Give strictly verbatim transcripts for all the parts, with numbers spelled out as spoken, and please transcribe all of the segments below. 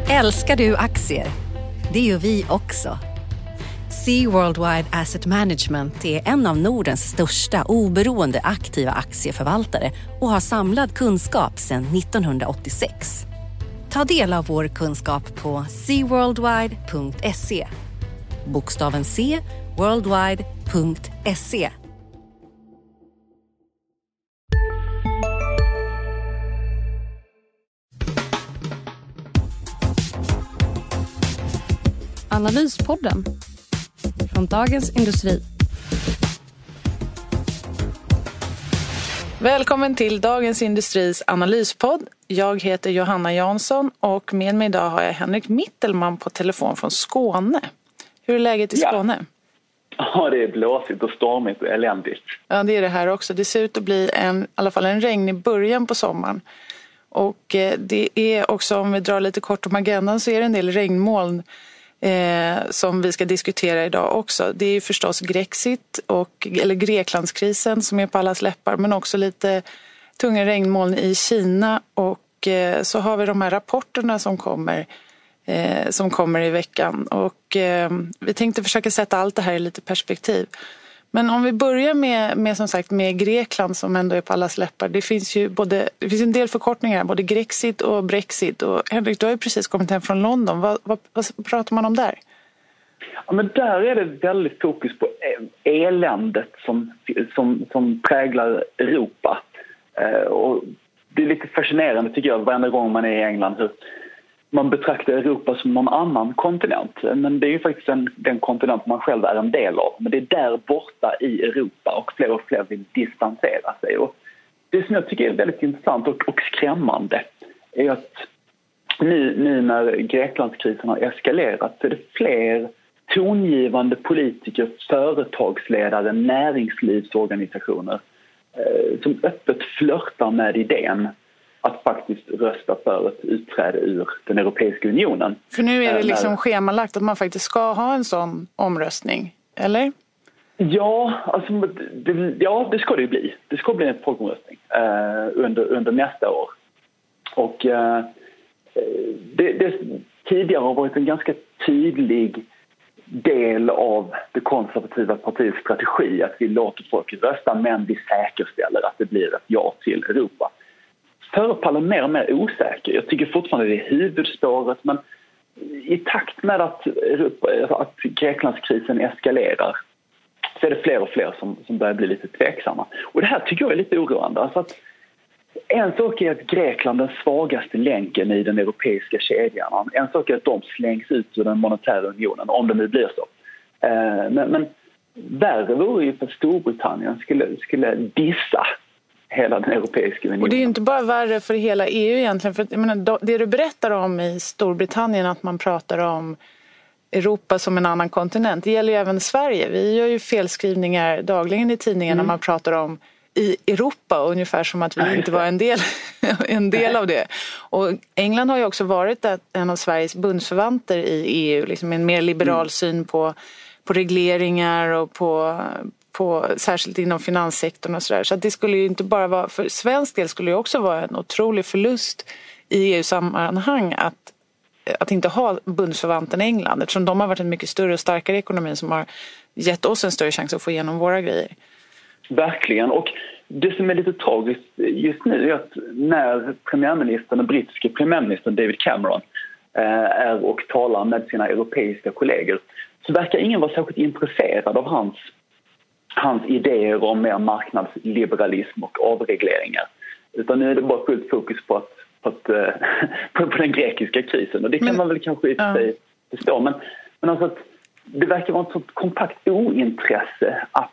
Älskar du aktier? Det gör vi också. Sea Worldwide Asset Management är en av Nordens största oberoende aktiva aktieförvaltare och har samlad kunskap sedan nittonhundraåttiosex. Ta del av vår kunskap på sea worldwide punkt se. Bokstaven C, worldwide punkt se. Analyspodden från Dagens Industri. Välkommen till Dagens Industris analyspodd. Jag heter Johanna Jansson och med mig idag har jag Henrik Mittelman på telefon från Skåne. Hur är läget i Skåne? Ja, ja det är blåsigt och stormigt och eländigt. Ja, det är det här också. Det ser ut att bli en, i alla fall en regnig början på sommaren. Och eh, det är också, om vi drar lite kort om agendan, så är det en del regnmoln Eh, som vi ska diskutera idag också. Det är ju förstås Grexit och, eller Greklandskrisen som är på allas läppar, men också lite tunga regnmoln i Kina och eh, så har vi de här rapporterna som kommer eh, som kommer i veckan och eh, vi tänkte försöka sätta allt det här i lite perspektiv. Men om vi börjar med, med som sagt med Grekland som ändå är på allas läppar. Det finns ju både, det finns en del förkortningar, både Grexit och Brexit. Och Henrik, du har ju precis kommit hem från London. Vad, vad, vad pratar man om där? Ja, men där är det väldigt fokus på eländet som, som, som präglar Europa. Eh, och det är lite fascinerande tycker jag varenda gång man är i England hur man betraktar Europa som någon annan kontinent. Men det är ju faktiskt en, den kontinent man själv är en del av. Men det är där borta i Europa och fler och fler vill distansera sig. Och det som jag tycker är väldigt intressant och, och skrämmande är att nu, nu när Greklandskrisen har eskalerat så är det fler tongivande politiker, företagsledare, näringslivsorganisationer eh, som öppet flörtar med idén att faktiskt rösta för ett utträde ur den Europeiska unionen. För nu är det liksom schemalagt att man faktiskt ska ha en sån omröstning, eller? Ja, alltså, det, ja, det ska det ju bli. Det ska bli en folkomröstning eh, under, under nästa år. Och eh, det, det tidigare har varit en ganska tydlig del av det konservativa partiets strategi att vi låter folk rösta men vi säkerställer att det blir ett ja till Europa. Förefaller mer och mer osäker. Jag tycker fortfarande det är huvudspåret men i takt med att, att Greklandskrisen eskalerar så är det fler och fler som, som börjar bli lite tveksamma. Och det här tycker jag är lite oroande. Alltså att en sak är att Grekland är den svagaste länken i den europeiska kedjan. En sak är att de slängs ut ur den monetära unionen, om det nu blir så. Men, men värre vore ju för Storbritannien skulle, skulle dissa hela den europeiska unionen. Och det är ju inte bara värre för hela E U egentligen. För jag menar, det du berättar om i Storbritannien, att man pratar om Europa som en annan kontinent, det gäller ju även Sverige. Vi gör ju felskrivningar dagligen i tidningen mm. när man pratar om i Europa, ungefär som att vi inte var en del, en del av det. Och England har ju också varit en av Sveriges bundsförvanter i E U, liksom en mer liberal mm. syn på, på regleringar och på, på särskilt inom finanssektorn och sådär. Så att det skulle ju inte bara vara, för svensk del skulle det också vara en otrolig förlust i E U-sammanhang att, att inte ha bundsförvanten England, eftersom de har varit en mycket större och starkare ekonomi som har gett oss en större chans att få igenom våra grejer. Verkligen, och det som är lite tragiskt just nu är att när premiärministern, den brittiska premiärministern David Cameron är och talar med sina europeiska kollegor så verkar ingen vara särskilt intresserad av hans, hans idéer om mer marknadsliberalism och avregleringar. Utan nu är det bara fullt fokus på, att, på, att, på, på den grekiska krisen och det kan men, man väl kanske i sig ja. förstå. Men, men alltså att det verkar vara ett sånt kompakt ointresse att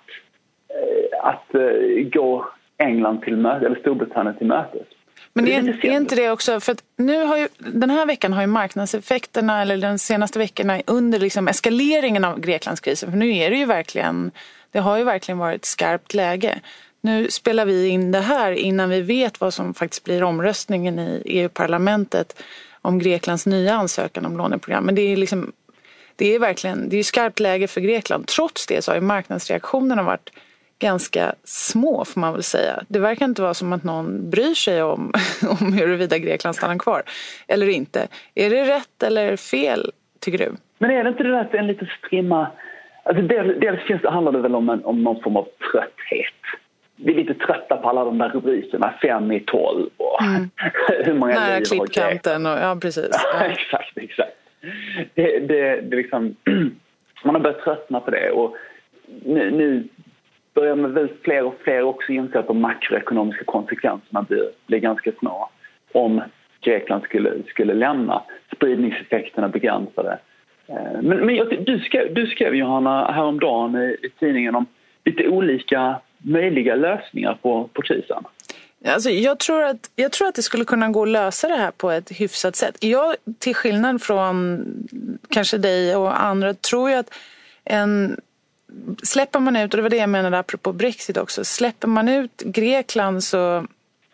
att uh, gå England till möte eller Storbritannien till mötes. Men det är, är inte det också, för att nu har ju, den här veckan har ju marknadseffekterna, eller den senaste veckorna under liksom eskaleringen av Greklandskrisen, för nu är det ju verkligen, det har ju verkligen varit ett skarpt läge. Nu spelar vi in det här innan vi vet vad som faktiskt blir omröstningen i E U-parlamentet om Greklands nya ansökan om låneprogram. Men det är liksom, det är verkligen, det är ju skarpt läge för Grekland. Trots det så har ju marknadsreaktionerna varit ganska små, får man väl säga. Det verkar inte vara som att någon bryr sig om, om huruvida Grekland stannar kvar eller inte. Är det rätt eller fel, tycker du? Men är det inte det där en liten strimma? Alltså dels, dels finns det, handlar det väl om, en, om någon form av trötthet. Vi är lite trötta på alla de där rubrikerna, fem i tolv och mm. hur många nära liv klippkanten och ja, precis. Ja. exakt, exakt. Det, det, det liksom, man har börjat tröttna på det och nu, nu börjar man väl fler och fler också inse att de makroekonomiska konsekvenserna blir, blir ganska små om Grekland skulle, skulle lämna. Spridningseffekterna begränsade. Men, men jag, du, skrev, du skrev, Johanna, häromdagen i, i tidningen om lite olika möjliga lösningar på, på krisen. Alltså, jag, tror att, jag tror att det skulle kunna gå att lösa det här på ett hyfsat sätt. Jag, till skillnad från kanske dig och andra, tror jag att en, släpper man ut, och det var det jag menade apropå Brexit också, släpper man ut Grekland så,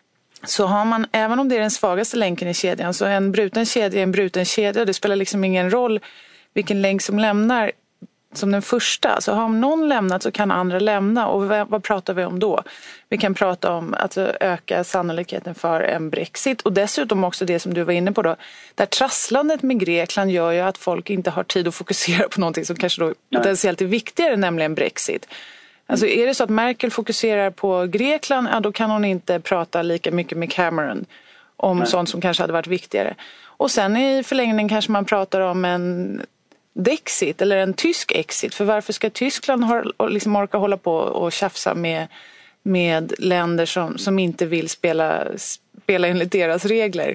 så har man, även om det är den svagaste länken i kedjan, så en bruten kedja är en bruten kedja. Det spelar liksom ingen roll vilken länk som lämnar som den första. Så har någon lämnat så kan andra lämna. Och vad, vad pratar vi om då? Vi kan prata om att öka sannolikheten för en Brexit. Och dessutom också det som du var inne på då. Där trasslandet med Grekland gör ju att folk inte har tid att fokusera på någonting som kanske då potentiellt är viktigare, nämligen Brexit. Alltså är det så att Merkel fokuserar på Grekland, ja, då kan hon inte prata lika mycket med Cameron om Nej. sånt som kanske hade varit viktigare. Och sen i förlängningen kanske man pratar om en Dexit eller en tysk exit. För varför ska Tyskland ha, liksom orka hålla på och tjafsa med, med länder som, som inte vill spela, spela enligt deras regler?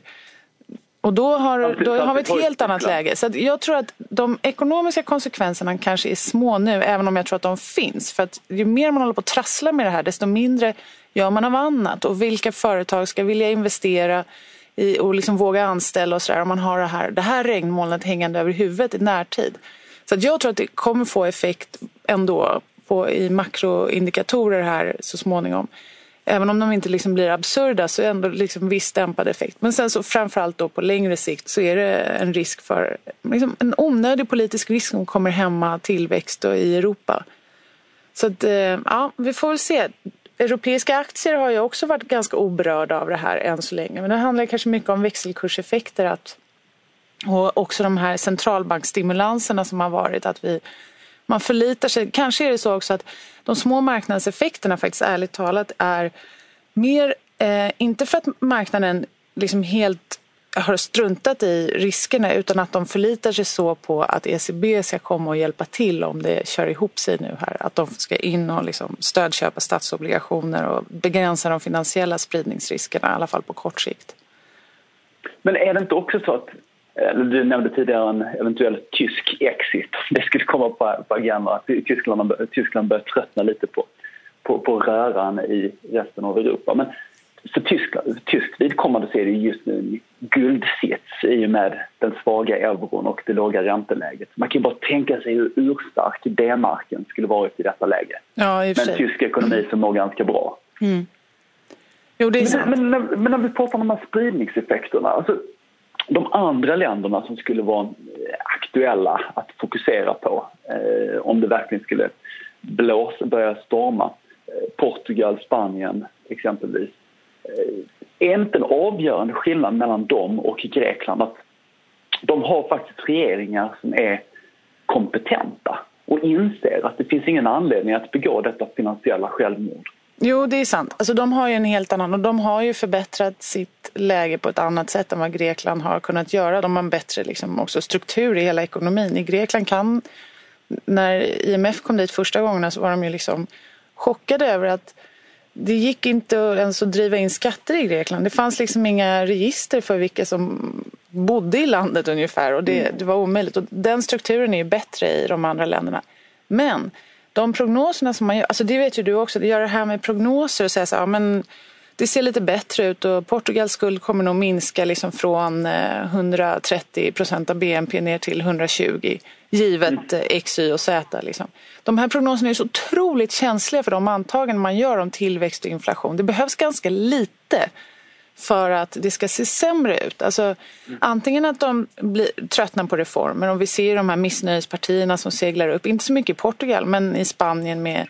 Och då har, då har vi ett helt annat läge. Så jag tror att de ekonomiska konsekvenserna kanske är små nu, även om jag tror att de finns. För att ju mer man håller på att trassla med det här, desto mindre gör man av annat. Och vilka företag ska vilja investera i och liksom våga anställa och sådär, om man har det här, det här regnmolnet hängande över huvudet i närtid. Så att jag tror att det kommer få effekt ändå på, i makroindikatorer här så småningom. Även om de inte liksom blir absurda så är ändå liksom viss dämpad effekt. Men sen så framförallt då på längre sikt så är det en risk för liksom en onödig politisk risk som kommer hämma tillväxt då i Europa. Så att, ja, vi får väl se. Europeiska aktier har ju också varit ganska oberörda av det här än så länge. Men det handlar kanske mycket om växelkurseffekter att, och också de här centralbankstimulanserna som har varit att vi, man förlitar sig. Kanske är det så också att de små marknadseffekterna faktiskt ärligt talat är mer, eh, inte för att marknaden liksom helt har struntat i riskerna utan att de förlitar sig så på att E C B ska komma och hjälpa till om det kör ihop sig nu här. Att de ska in och liksom stödköpa statsobligationer och begränsa de finansiella spridningsriskerna, i alla fall på kort sikt. Men är det inte också så att, du nämnde tidigare en eventuell tysk exit, det skulle komma på, på agendan, att Tyskland, Tyskland börjar tröttna lite på, på, på röran i resten av Europa. Men för Tyskland, Tysk vidkommande så är det just nu en guldsits i och med den svaga euron och det låga ränteläget. Man kan ju bara tänka sig hur urstark D-marken skulle varit i detta läge. Ja, i och för sig. Men tysk ekonomi som mår ganska bra. Mm. Jo, det är sant. Men, men, men när vi pratar om de här spridningseffekterna, alltså de andra länderna som skulle vara aktuella att fokusera på eh, om det verkligen skulle blåsa, börja storma, eh, Portugal, Spanien exempelvis. Är inte en avgörande skillnad mellan dem och Grekland att de har faktiskt regeringar som är kompetenta och inser att det finns ingen anledning att begå detta finansiella självmord. Jo, det är sant. Alltså, de har ju en helt annan och de har ju förbättrat sitt läge på ett annat sätt än vad Grekland har kunnat göra. De har en bättre liksom, också struktur i hela ekonomin. I Grekland kan, när I M F kom dit första gångerna så var de ju liksom chockade över att det gick inte ens att driva in skatter i Grekland. Det fanns liksom inga register för vilka som bodde i landet ungefär. Och det, det var omöjligt. Och den strukturen är ju bättre i de andra länderna. Men de prognoserna som man gör, alltså det vet ju du också, det gör det här med prognoser och säga så här, ja, men det ser lite bättre ut och Portugals skuld kommer nog minska liksom från hundratrettio procent av B N P ner till hundratjugo givet X, Y och Z. Liksom. De här prognoserna är så otroligt känsliga för de antaganden man gör om tillväxt och inflation. Det behövs ganska lite för att det ska se sämre ut. Alltså, mm. Antingen att de blir tröttna på reformer och vi ser de här missnöjespartierna som seglar upp, inte så mycket i Portugal men i Spanien med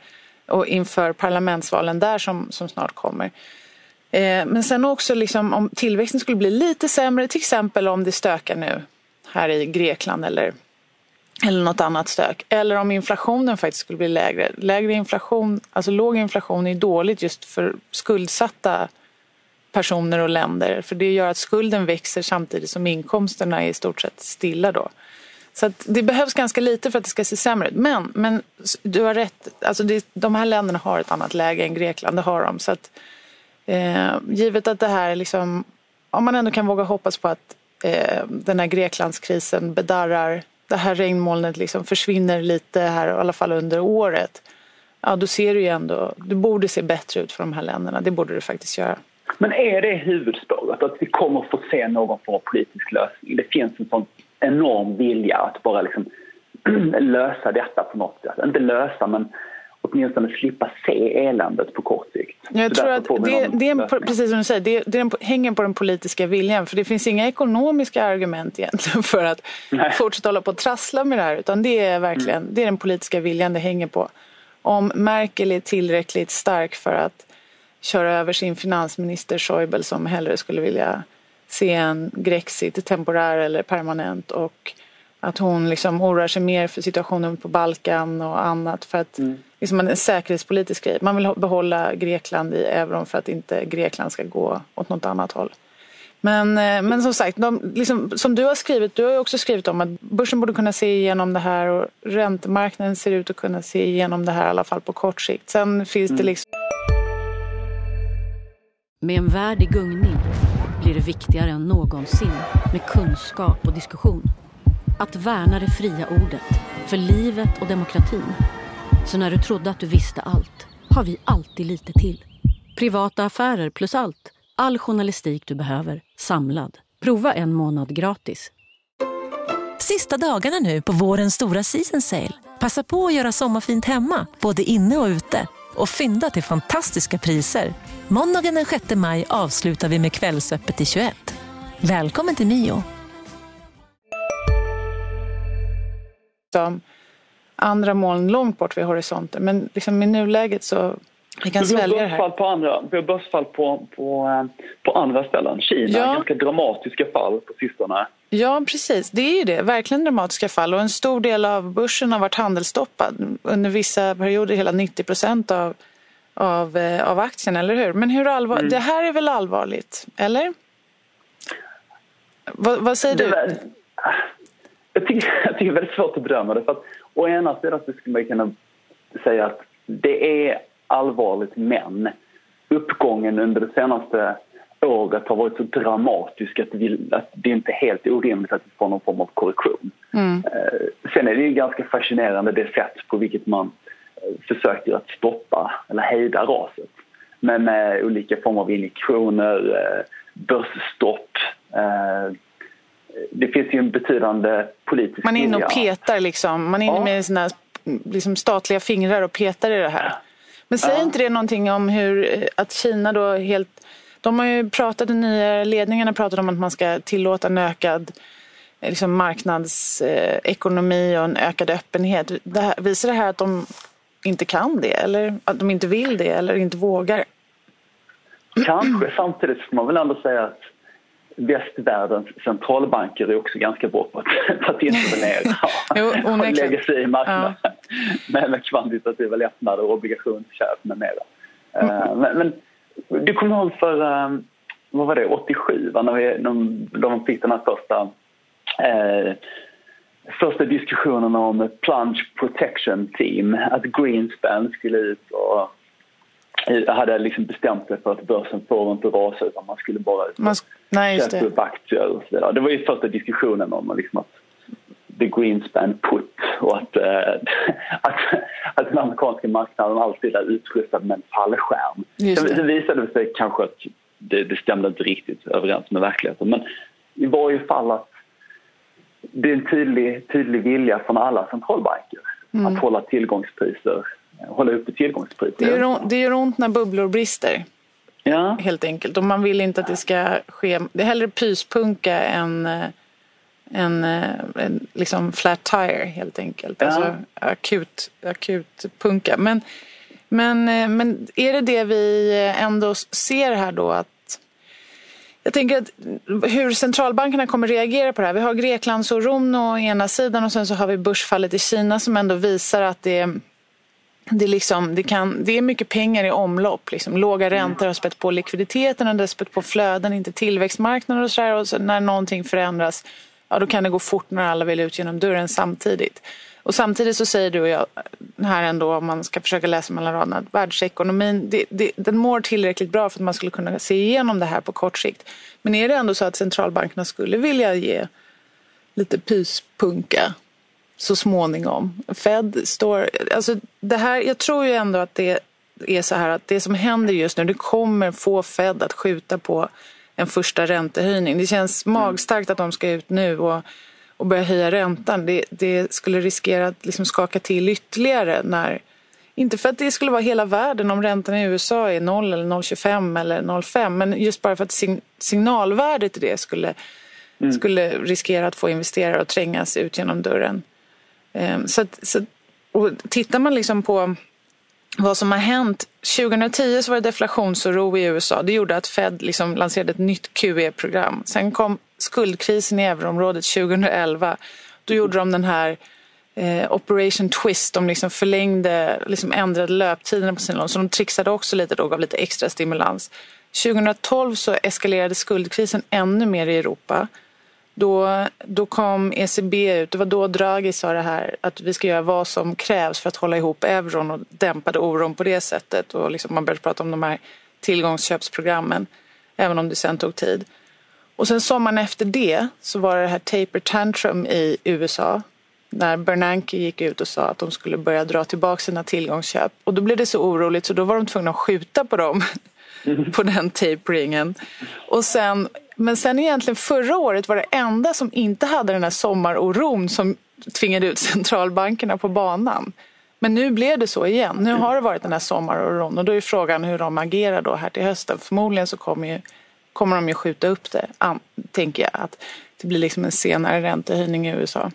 och inför parlamentsvalen där som, som snart kommer. Eh, men sen också liksom, om tillväxten skulle bli lite sämre, till exempel om det stökar nu här i Grekland eller, eller något annat stök. Eller om inflationen faktiskt skulle bli lägre. Lägre inflation, alltså låg inflation är dåligt just för skuldsatta personer och länder. För det gör att skulden växer samtidigt som inkomsterna är i stort sett stilla då. Så att det behövs ganska lite för att det ska se sämre ut. Men, men du har rätt, alltså det, de här länderna har ett annat läge än Grekland, det har de. Så att eh, givet att det här liksom, om man ändå kan våga hoppas på att eh, den här Greklandskrisen bedarrar, det här regnmolnet liksom försvinner lite här, i alla fall under året. Ja, då ser du ju ändå, det borde se bättre ut för de här länderna, det borde det faktiskt göra. Men är det huvudspåret att vi kommer få se någon form av politisk lösning? Det finns en sån enorm vilja att bara liksom lösa detta på något sätt. Inte lösa, men åtminstone slippa se eländet på kort sikt. Jag så tror att det, det är, precis som du säger, det, det hänger på den politiska viljan. För det finns inga ekonomiska argument egentligen för att Nej. fortsätta hålla på att trassla med det här. Utan det är verkligen mm. det är den politiska viljan det hänger på. Om Merkel är tillräckligt stark för att köra över sin finansminister Schäuble som hellre skulle vilja se en Grexit temporär eller permanent, och att hon liksom oroar sig mer för situationen på Balkan och annat för att mm. liksom en säkerhetspolitisk grej. Man vill behålla Grekland i euron för att inte Grekland ska gå åt något annat håll. Men, men som sagt, de, liksom, som du har skrivit, du har ju också skrivit om att börsen borde kunna se igenom det här och räntemarknaden ser ut att kunna se igenom det här i alla fall på kort sikt. Sen finns mm. det liksom... Med en värld i gungning blir det viktigare än någonsin med kunskap och diskussion. Att värna det fria ordet för livet och demokratin. Så när du trodde att du visste allt har vi alltid lite till. Privata affärer plus allt. All journalistik du behöver samlad. Prova en månad gratis. Sista dagarna nu på vårens stora season sale. Passa på att göra sommarfint hemma, både inne och ute. Och fynda till fantastiska priser. Måndagen den sjätte maj avslutar vi med kvällsöppet i tjugoett. Välkommen till Mio. Som andra moln långt bort vid horisonten. Men liksom i nuläget så vi kan svälja det här. På andra, vi har börsfall på, på, på andra ställen. Kina, ja. Ganska dramatiska fall på sistone. Ja, precis. Det är ju det. Verkligen dramatiska fall. Och en stor del av börsen har varit handelsstoppad. Under vissa perioder hela nittio procent av, av, av aktien, eller hur? Men hur allvar... mm. det här är väl allvarligt, eller? Va, vad säger det du? Var... Jag, tycker, jag tycker det är väldigt svårt att bedöma det. För att å ena sidan så skulle man kunna säga att det är allvarligt, men uppgången under det senaste året har varit så dramatisk att, vi, att det inte är helt orimligt att vi får någon form av korrektion. Mm. Eh, sen är det ju ganska fascinerande det sätt på vilket man eh, försöker att stoppa eller hejda raset. Men med olika former av injektioner, eh, börsstopp. Eh, det finns ju en betydande politisk... Man är inne och petar liksom. Man är inne ja. med sina liksom, statliga fingrar och petar i det här. Men säger ja. inte det någonting om hur att Kina då helt... De har ju pratat, de nya ledningarna pratat om att man ska tillåta en ökad liksom, marknadsekonomi och en ökad öppenhet. Det här, visar det här att de inte kan det, eller att de inte vill det, eller inte vågar? Kanske. Samtidigt får man väl ändå säga att västvärldens centralbanker är också ganska bra på att, att intervenera och lägga sig i marknaden ja. med, med kvantitativa lättnader och obligationsköp med mera. Mm. Uh, men, men du kommer ihåg för, um, vad var det, åttiosju, va? När vi, de, de fick den här första, uh, första diskussionen om Plunge Protection Team, att Greenspan skulle ut och hade liksom bestämt sig för att börsen får inte rasa utan man skulle bara man, nej, just köpa upp aktier och så där. Det var ju första diskussionen om liksom att the Greenspan put och att, äh, att, att den amerikanska marknaden alltid är utrustad med en fallskärm. Det. det visade sig kanske att det, det stämde inte riktigt överens med verkligheten, men i varje fall att det är en tydlig, tydlig vilja från alla centralbanker mm. att hålla tillgångspriser hålla upp till tillgångspriser. Det gör, ont, det gör ont när bubblor brister. Ja. Helt enkelt. Och man vill inte att det ska ske. Det är hellre pyspunka än en, en liksom flat tire helt enkelt. Ja. Alltså akut, akut punka. Men Men, men är det det vi ändå ser här då, att jag tänker att hur centralbankerna kommer reagera på det här. Vi har Greklandsoron å ena sidan och sen så har vi börsfallet i Kina som ändå visar att det, det, liksom, det, kan, det är mycket pengar i omlopp. Liksom. Låga räntor har spett på likviditeten och det har spett på flöden, inte tillväxtmarknader och sådär. Och så när någonting förändras, ja, då kan det gå fort när alla vill ut genom dörren samtidigt. Och samtidigt så säger du och jag här ändå, om man ska försöka läsa mellan raderna, att världsekonomin, det, det, den mår tillräckligt bra för att man skulle kunna se igenom det här på kort sikt. Men är det ändå så att centralbankerna skulle vilja ge lite pyspunka så småningom? Fed står, alltså det här, jag tror ju ändå att det är så här att det som händer just nu, det kommer få Fed att skjuta på en första räntehöjning. Det känns magstarkt att de ska ut nu och och börja höja räntan. Det, det skulle riskera att liksom skaka till ytterligare när, inte för att det skulle vara hela världen om räntan i U S A är noll eller noll komma tjugofem eller noll komma fem, men just bara för att sign, signalvärdet i det skulle, mm. skulle riskera att få investerare att trängas ut genom dörren. Um, så att, så, och tittar man liksom på vad som har hänt, tjugohundratio så var det deflationsoro i U S A. Det gjorde att Fed liksom lanserade ett nytt Q E-program. Sen kom skuldkrisen i euroområdet tjugohundraelva. Då gjorde de den här eh, Operation Twist. De liksom förlängde, liksom ändrade löptiderna på sina lån. Så de trixade också lite då, gav lite extra stimulans. tjugohundratolv så eskalerade skuldkrisen ännu mer i Europa. Då, då kom E C B ut, det var då Draghi sa det här, att vi ska göra vad som krävs för att hålla ihop euron och dämpade oron på det sättet. Och liksom man började prata om de här tillgångsköpsprogrammen, även om det sen tog tid. Och sen sommaren efter det så var det här taper tantrum i U S A, när Bernanke gick ut och sa att de skulle börja dra tillbaka sina tillgångsköp. Och då blev det så oroligt så då var de tvungna att skjuta på dem, på den taperingen. Och sen... Men sen egentligen förra året var det enda som inte hade den här sommaroron som tvingade ut centralbankerna på banan. Men nu blev det så igen. Nu har det varit den här sommaroron och då är frågan hur de agerar då här till hösten. Förmodligen så kommer, ju, kommer de ju skjuta upp det, tänker jag, att det blir liksom en senare räntehöjning i U S A.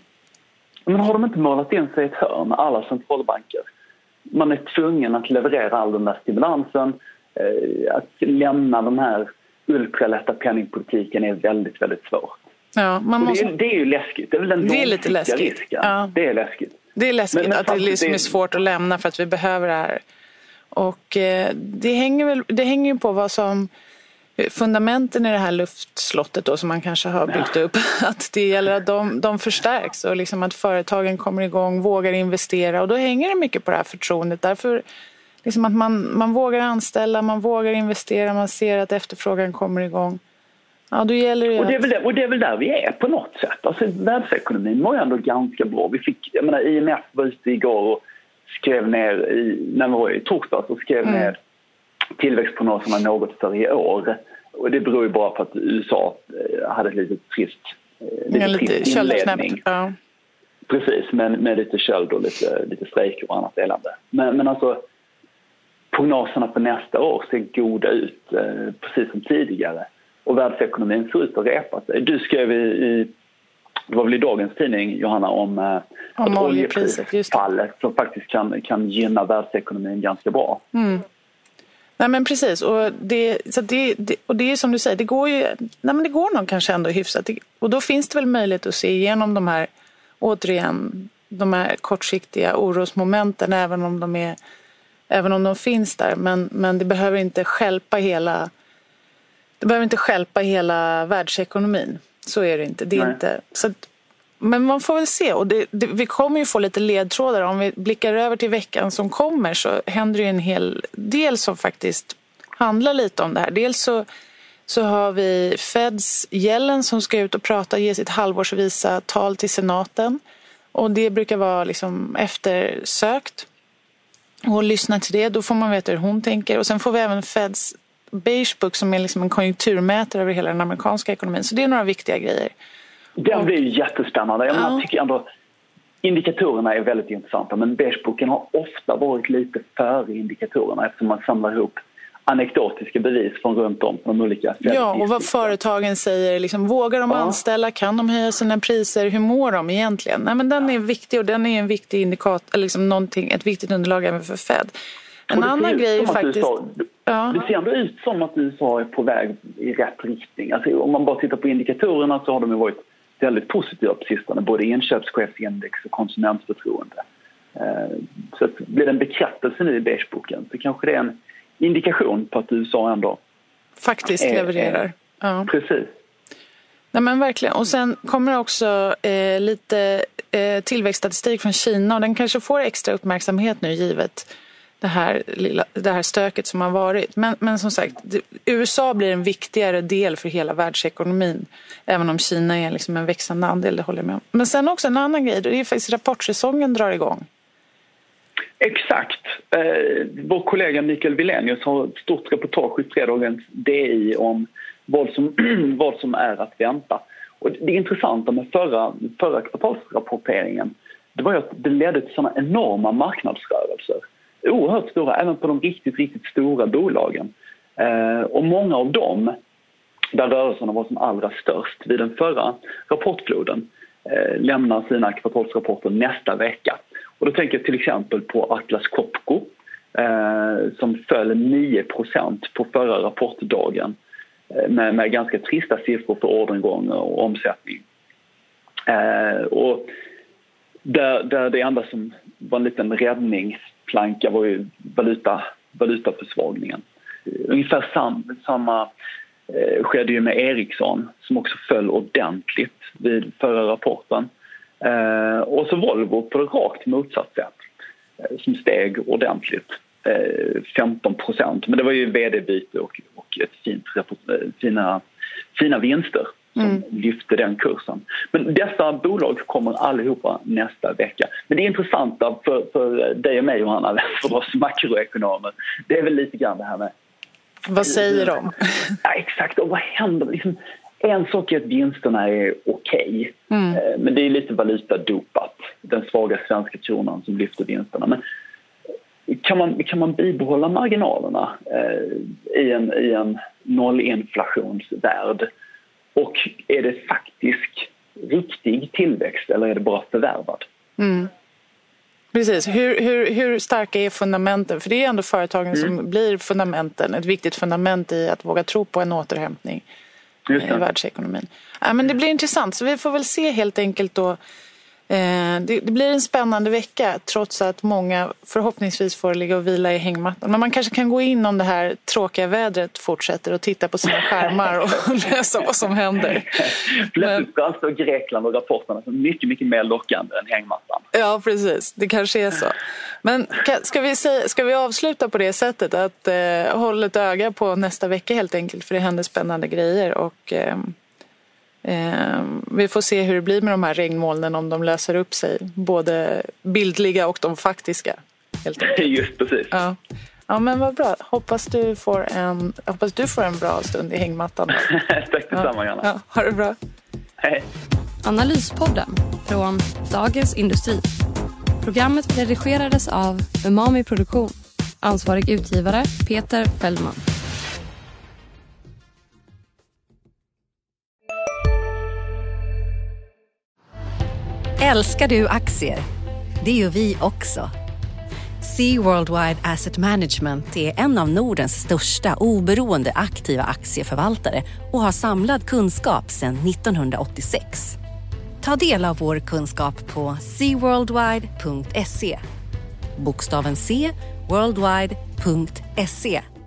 Men har de inte målat in sig i ett hörn, alla centralbanker? Man är tvungen att leverera all den där stimulansen, att lämna de här ultralätta penningpolitiken är väldigt, väldigt svårt. Ja, man måste... det, är, det är ju läskigt. Det är, väl den det är lite läskigt. Risken. Ja. Det är läskigt. Det är läskigt men, men att det liksom det... är svårt att lämna för att vi behöver det här. Och eh, det hänger väl, det hänger ju på vad som fundamenten i det här luftslottet då, som man kanske har byggt ja. upp. Att det gäller att de, de förstärks och liksom att företagen kommer igång, vågar investera. Och då hänger det mycket på det här förtroendet. Därför liksom att man, man vågar anställa, man vågar investera, man ser att efterfrågan kommer igång. Ja, då gäller det och, det är väl att... där, och det är väl där vi är på något sätt. Alltså världsekonomin var ju ändå ganska bra. Vi fick, jag menar, I M F var ute igår och skrev ner, i, när vi var i torsdags och skrev mm. ner tillväxtprognoserna något för i år. Och det beror ju bara på att U S A hade ett lite trist, lite ja, lite trist inledning. Ja. Precis, men med lite köld och lite, lite strejker och annat elände. Men, men alltså prognoserna för nästa år ser goda ut, eh, precis som tidigare. Och världsekonomin ser ut att repa sig. Du skrev i, i det var väl i dagens tidning, Johanna, om, eh, om att oljeprisfallet som faktiskt kan, kan gynna världsekonomin ganska bra. Mm. Nej men precis, och det, så det, det, och det är som du säger, det går ju, nej men det går nog kanske ändå hyfsat. Och då finns det väl möjlighet att se igenom de här, återigen, de här kortsiktiga orosmomenten, även om de är Även om de finns där, men, men det behöver inte stjälpa hela det behöver inte stjälpa hela världsekonomin. Så är det inte. Det är inte så att, men man får väl se. Och det, det, vi kommer ju få lite ledtrådar. Om vi blickar över till veckan som kommer så händer ju en hel del som faktiskt handlar lite om det här. Dels så, så har vi Feds Yellen som ska ut och prata och ge sitt halvårsvisa tal till senaten. Och det brukar vara liksom eftersökt. Och lyssna till det, då får man veta hur hon tänker. Och sen får vi även Feds Beige Book som är liksom en konjunkturmätare över hela den amerikanska ekonomin. Så det är några viktiga grejer. Den blir ju jättespännande. Jag ja. tycker ändå indikatorerna är väldigt intressanta. Men Beige Booken har ofta varit lite före indikatorerna eftersom man samlar ihop anekdotiska bevis från runt om på de olika. Ja, och vad företagen säger, liksom, vågar de ja. anställa, kan de höja sina priser, hur mår de egentligen? Nej, men den ja. är viktig och den är en viktig indikator, liksom någonting, ett viktigt underlag även för Fed. En annan grej är faktiskt... U S A, ja. Det ser ändå ut som att U S A är på väg i rätt riktning. Alltså, om man bara tittar på indikatorerna så har de ju varit väldigt positiva på sistone. Både inköpschefsindex och konsumentförtroende. Så att blir det en bekräftelse nu i beigeboken så kanske det är en indikation på att U S A ändå faktiskt är, levererar. Är, ja. Precis. Nej, men verkligen. Och sen kommer också eh, lite eh, tillväxtstatistik från Kina och den kanske får extra uppmärksamhet nu givet det här, lilla, det här stöket som har varit. Men, men som sagt, det, U S A blir en viktigare del för hela världsekonomin även om Kina är liksom en växande andel, det håller jag med om. Men sen också en annan grej, det är faktiskt rapportsäsongen drar igång. Exakt. Eh, vår kollega Mikael Wilenius har ett stort reportage i fredagens D I om vad som, vad som är att vänta. Och det intressanta med förra, förra kvartalsrapporteringen det var ju att det ledde till sådana enorma marknadsrörelser. Oerhört stora, även på de riktigt, riktigt stora bolagen. Eh, och många av dem, där rörelserna var som allra störst vid den förra rapportfloden, eh, lämnar sina kvartalsrapporter nästa vecka. Och då tänker jag till exempel på Atlas Copco eh, som föll nio procent på förra rapportdagen eh, med, med ganska trista siffror för orderingång och omsättning. Eh, och där, där det enda som var en liten räddningsplanka var ju valuta, valutaförsvagningen. Ungefär sam, samma eh, skedde ju med Ericsson som också föll ordentligt vid förra rapporten. Eh, och så Volvo på det rakt motsatt sätt eh, som steg ordentligt, eh, femton procent. Men det var ju vd-byte och, och ett fint, fina, fina vinster som mm. lyfte den kursen. Men dessa bolag kommer allihopa nästa vecka. Men det intressanta för, för dig och mig, Johanna, för oss makroekonomer, det är väl lite grann det här med... Vad säger de? Ja, exakt. Och vad händer? Liksom, en sak är att vinsterna är okej. Mm. Men det är lite valutadopat. Den svaga svenska kronan som lyfter vinsterna. Men kan man, kan man bibehålla marginalerna eh, i en, i en nollinflationsvärld? Och är det faktiskt riktig tillväxt eller är det bara förvärvad? Mm. Precis. Hur, hur, hur starka är fundamenten? För det är ändå företagen mm. som blir fundamenten. Ett viktigt fundament i att våga tro på en återhämtning i världsekonomin. Ja, men det blir intressant. Så vi får väl se helt enkelt då. Eh, det, det blir en spännande vecka trots att många förhoppningsvis får ligga och vila i hängmattan. Men man kanske kan gå in om det här tråkiga vädret fortsätter och titta på sina skärmar och läsa vad som händer. Plötsligt framstår Grekland och rapporterna som mycket, mycket mer lockande än hängmattan. Ja, precis. Det kanske är så. Men ska vi, säga, ska vi avsluta på det sättet att eh, hålla ett öga på nästa vecka helt enkelt för det händer spännande grejer och... Eh, Eh, vi får se hur det blir med de här regnmolnen om de löser upp sig, både bildliga och de faktiska helt enkelt. Just precis. Ja. Ja, men vad bra. Hoppas du får en, hoppas du får en bra stund i hängmattan. Tack detsamma, Janna. Ja, ha det bra. Hej. Analyspodden från Dagens Industri. Programmet redigerades av Umami Produktion. Ansvarig utgivare Peter Fällman. Älskar du aktier? Det gör vi också. Sea Worldwide Asset Management är en av Nordens största oberoende aktiva aktieförvaltare och har samlad kunskap sedan nittonhundraåttiosex. Ta del av vår kunskap på sea worldwide punkt se. Bokstaven C, worldwide punkt se.